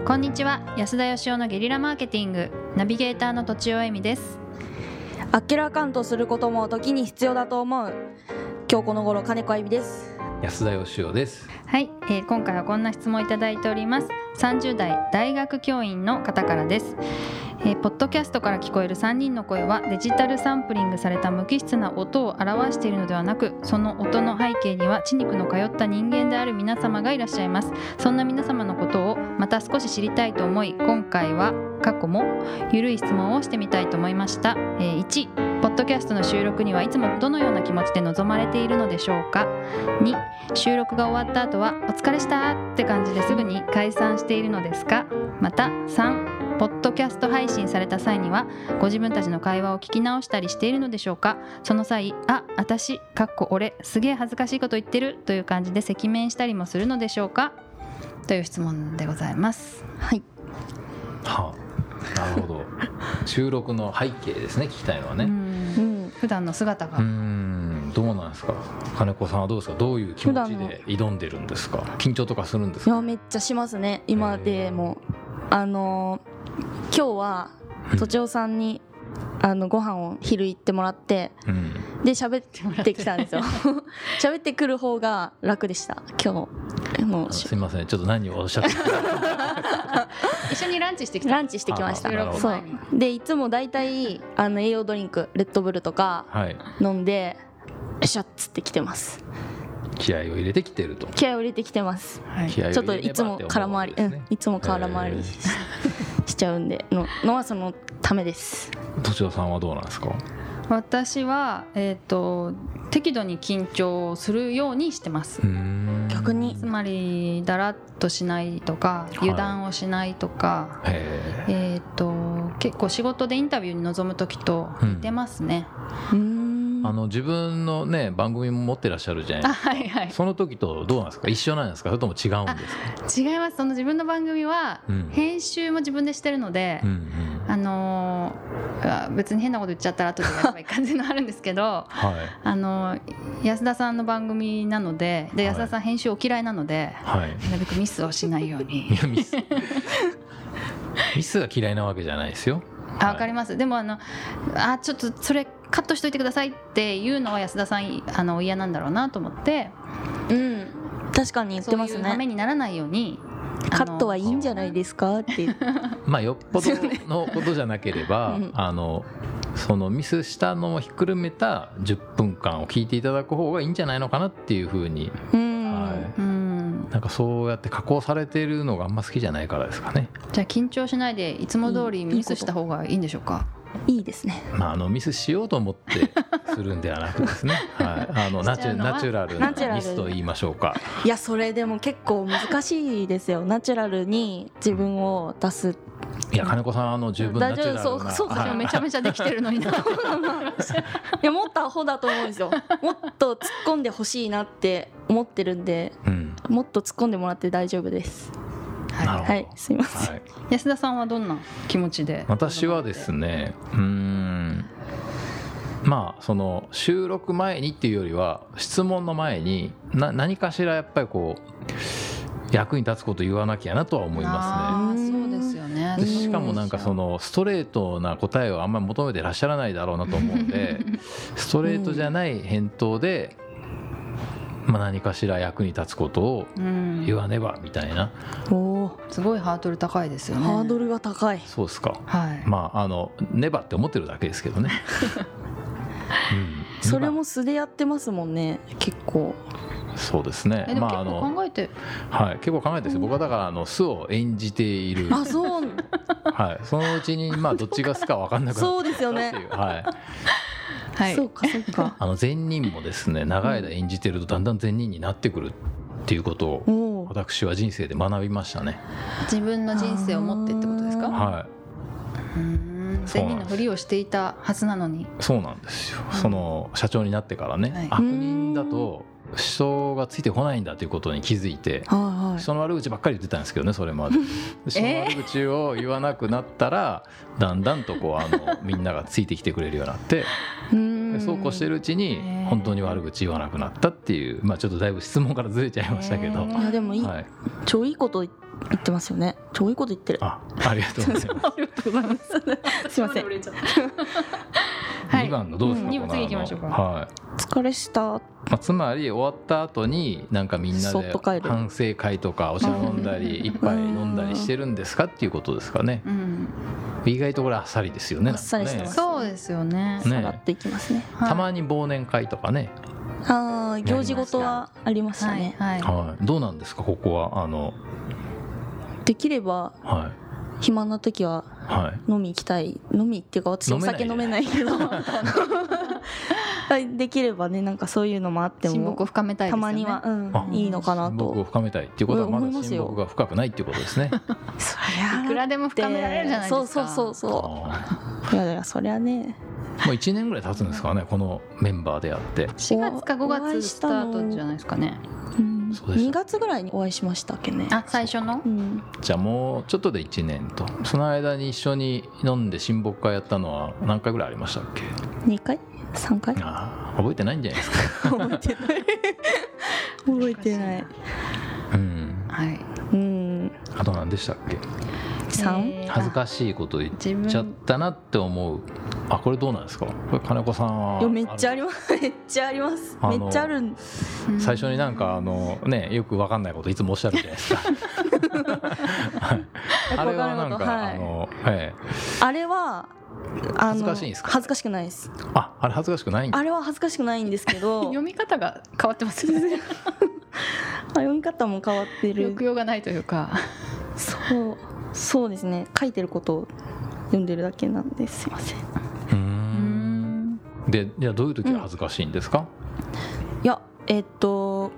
こんにちは、安田義雄のゲリラマーケティングナビゲーターのとちおえみです。 あっけらかんとすることも時に必要だと思う。今日この頃金子あゆみです。 安田義雄です。 はい、今回はこんな質問をいただいております。30代大学教員の方からです。ポッドキャストから聞こえる3人の声はデジタルサンプリングされた無機質な音を表しているのではなく、その音の背景には血肉の通った人間である皆様がいらっしゃいます。そんな皆様のことをまた少し知りたいと思い、今回は過去もゆるい質問をしてみたいと思いました。1、ポッドキャストの収録にはいつもどのような気持ちで臨まれているのでしょうか。2、収録が終わった後はお疲れしたって感じですぐに解散しているのですか。また3、ポッドキャスト配信された際にはご自分たちの会話を聞き直したりしているのでしょうか。その際、私俺すげえ恥ずかしいこと言ってるという感じで赤面したりもするのでしょうか、という質問でございます。 はい、 なるほど。収録の背景ですね、聞きたいのはね。 普段の姿がどうなんですか。金子さんはどうですか。どういう気持ちで挑んでるんですか。緊張とかするんですか。 いやめっちゃしますね。今でも今日はとちおさんにご飯を昼行ってもらって、で喋ってきたんですよ。喋ってくる方が楽でした。今日すいません、ちょっと何をおっしゃって一緒にランチしてきました。 そうで、いつもだいたい栄養ドリンクレッドブルとか飲んで、シャッつってきてます。 気合を入れてきてると。 気合を入れてきてます、はい、ちょっといつも空回り、いつも空回りしちゃうんでのはそのためです。 とちおさんはどうなんですか。 私は、適度に緊張するようにしてます。 逆につまりだらっとしないとか、油断をしないとか、結構仕事でインタビューに臨む時と似てますね。 自分のね番組も持ってらっしゃるじゃないですか。その時とどうなんですか。一緒なんですか、それとも違うんですか。 違います。その自分の番組は編集も自分でしてるので、別に変なこと言っちゃったら後でやればいい感じのあるんですけど、安田さんの番組なので、安田さん編集お嫌いなので、なるべくミスをしないように。 ミスが嫌いなわけじゃないですよ。 わかります。でもちょっとそれカットしといてくださいっていうのは安田さん嫌なんだろうなと思って、 確かに言ってますね。 そういう羽目にならないようにカットはいいんじゃないですかってよっぽどのことじゃなければ、そのミスしたのをひっくるめた10分間を聞いていただく方がいいんじゃないのかなっていうふうに、なんかそうやって加工されているのがあんま好きじゃないからですかね。 じゃあ緊張しないでいつも通りミスした方がいいんでしょうか。 いいですね。 ミスしようと思ってするんではなくですね、ナチュラルなミスと言いましょうか。 いやそれでも結構難しいですよ。ナチュラルに自分を出す。 いや金子さん十分ナチュラルな。 そうか、めちゃめちゃできてるのにな。いやもっとアホだと思うんですよ。もっと突っ込んでほしいなって思ってるんで、もっと突っ込んでもらって大丈夫です。はい、すいません。 安田さんはどんな気持ちで。 私はですね、その収録前にっていうよりは質問の前に何かしらやっぱりこう役に立つこと言わなきゃなとは思いますね。 そうですよね。 でしかもなんかそのストレートな答えをあんまり求めてらっしゃらないだろうなと思うんでストレートじゃない返答で、何かしら役に立つことを言わねばみたいな。 すごいハードル高いですよね。 ハードルが高い。 そうですか。ねばって思ってるだけですけどね。 それも素でやってますもんね、結構。 そうですね。 結構考えて、 結構考えてですよ。僕はだから素を演じている。 そう。 そのうちにどっちが素か分かんなくなる。 そうですよね。そうかそうか。 善人もですね、長い間演じてるとだんだん善人になってくるっていうことを私は人生で学びましたね。 自分の人生を持ってってことですか。善人のふりをしていたはずなのに。そうなんですよ。その社長になってからね、悪人だと人がついてこないんだということに気づいて、人の悪口ばっかり言ってたんですけどね、それまで。人の悪口を言わなくなったらだんだんとみんながついてきてくれるようになって、 でそうこうしてるうちに本当に悪口言わなくなったっていう、ちょっとだいぶ質問からずれちゃいましたけど、 いやでも超いいこと言ってますよね。超いいこと言ってる。 ありがとうございます。 ありがとうございます。すいません。 2番のどうですか。 次行きましょうか。 はい。 疲れした。 つまり終わった後になんかみんなで反省会とかお茶飲んだり一杯飲んだりしてるんですかっていうことですかね。意外とこれあっさりですよね。 あっさりしてます。 そうですよね。 下がっていきますね。 たまに忘年会とかね。 行事ごとはありましたね。 どうなんですかここは。 できれば暇な時は飲み行きたい。飲みっていうか私お酒飲めないけどできればね、なんかそういうのもあっても親睦を深めたいですよね。 たまにはいいのかなと。 親睦を深めたいっていうことはまだ親睦が深くないっていうことですね。 そりゃいくらでも深められるじゃないですか。 そういやそりゃね。 もう1年ぐらい経つんですかね、このメンバーでやって。 4月か5月スタートじゃないですかね。 2月ぐらいにお会いしましたっけね。 最初の。 じゃあもうちょっとで1年と。その間に一緒に飲んで親睦会やったのは何回ぐらいありましたっけ。 2回3回。 覚えてないんじゃないですか。 覚えてない覚えてない。 あと何でしたっけ。恥ずかしいこと言っちゃったなって思う。これどうなんですか。これ金子さんは。 めっちゃあります。めっちゃあります。めっちゃある。 最初になんかよく分かんないこといつもおっしゃるじゃないですか。あれはなんかあれは恥ずかしいんですか。 恥ずかしくないです。 あれ恥ずかしくないんです。 あれは恥ずかしくないんですけど読み方が変わってますね。 読み方も変わってる。 抑揚がないというか。 そうですね。書いてることを読んでるだけなんですいません。 で、じゃあどういう時は恥ずかしいんですか。 いやこ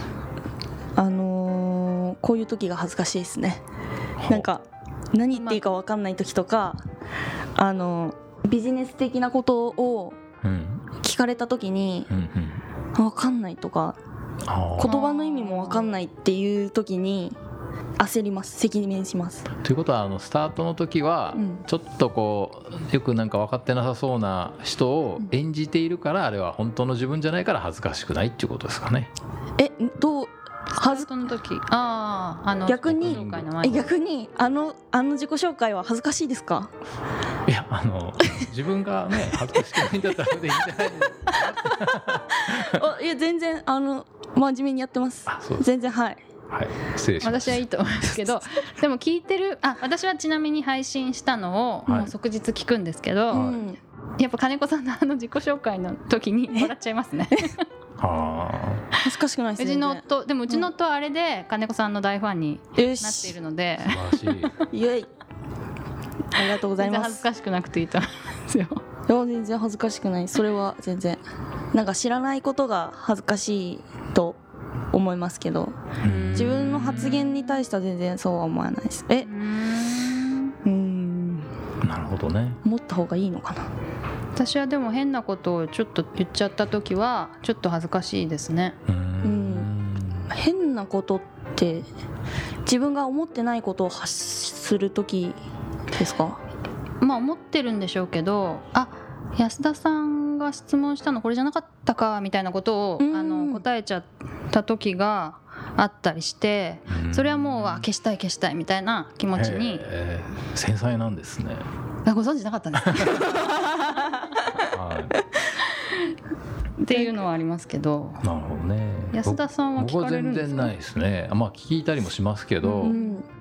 ういう時が恥ずかしいですね。なんか何言っていいか分かんない時とか、ビジネス的なことを聞かれた時に分かんないとか、言葉の意味も分かんないっていう時に焦ります。責任します。 ということはスタートの時はちょっとこうよくなんか分かってなさそうな人を演じているから、あれは本当の自分じゃないから恥ずかしくないっていうことですかね。 どうスタートの時逆にあの自己紹介は恥ずかしいですか。 いや自分がね恥ずかしくないんだったらでいいんじゃないですか。 いや全然真面目にやってます。全然失礼します。 私はいいと思いますけどでも聞いてる私はちなみに配信したのをもう即日聞くんですけど、やっぱ金子さんの自己紹介の時に笑っちゃいますね。 恥ずかしくないですね。 でもうちの夫はあれで金子さんの大ファンになっているので、 素晴らしい。 イエイありがとうございます。 全然恥ずかしくなくていいと思いますよ。 いや全然恥ずかしくない。それは全然なんか知らないことが恥ずかしいと思いますけど、自分の発言に対しては全然そうは思わないです。 なるほどね。 思った方がいいのかな。 私はでも変なことをちょっと言っちゃった時はちょっと恥ずかしいですね。変なことって自分が思ってないことを発する時ですか。 思ってるんでしょうけど、安田さんが質問したのこれじゃなかったかみたいなことを答えちゃった時があったりして、それはもう消したいみたいな気持ちに。 繊細なんですね。 ご存知なかったんですか。っていうのはありますけど。 なるほどね。 安田さんは聞かれるんですか。 僕は全然ないですね。聞いたりもしますけど、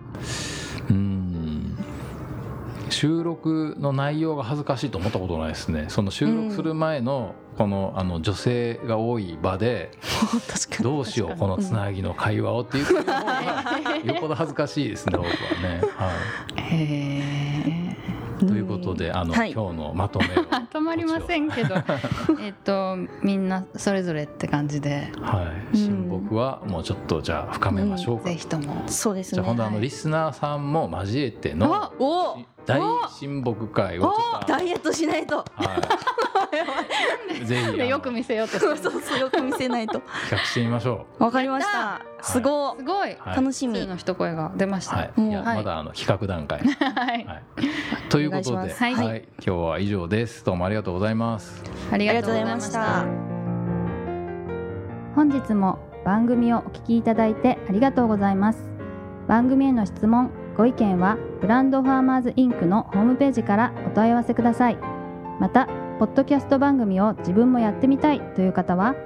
収録の内容が恥ずかしいと思ったことないですね。その収録する前のこの女性が多い場でどうしようこのつなぎの会話をっていう方がよっぽど恥ずかしいですね僕はね。ということで今日のまとめをまとまりませんけどみんなそれぞれって感じで、 親睦はもうちょっとじゃあ深めましょうか。 ぜひとも。 そうですね。 じゃあ今度リスナーさんも交えての大親睦会をちょっとダイエットしないと。 ぜひよく見せようとそうそうよく見せないと企画してみましょう。わかりました。すごい、 すごい楽しみ。 の一声が出ました。 はい、いやまだ企画段階はいということで、はい、今日は以上です。どうもありがとうございます。 ありがとうございました。 本日も番組をお聞きいただいてありがとうございます。番組への質問ご意見はブランドファーマーズインクのホームページからお問い合わせください。またポッドキャスト番組を自分もやってみたいという方は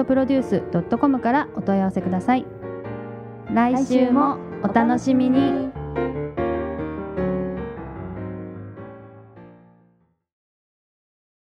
podcastproduce.com からお問い合わせください。来週もお楽しみに。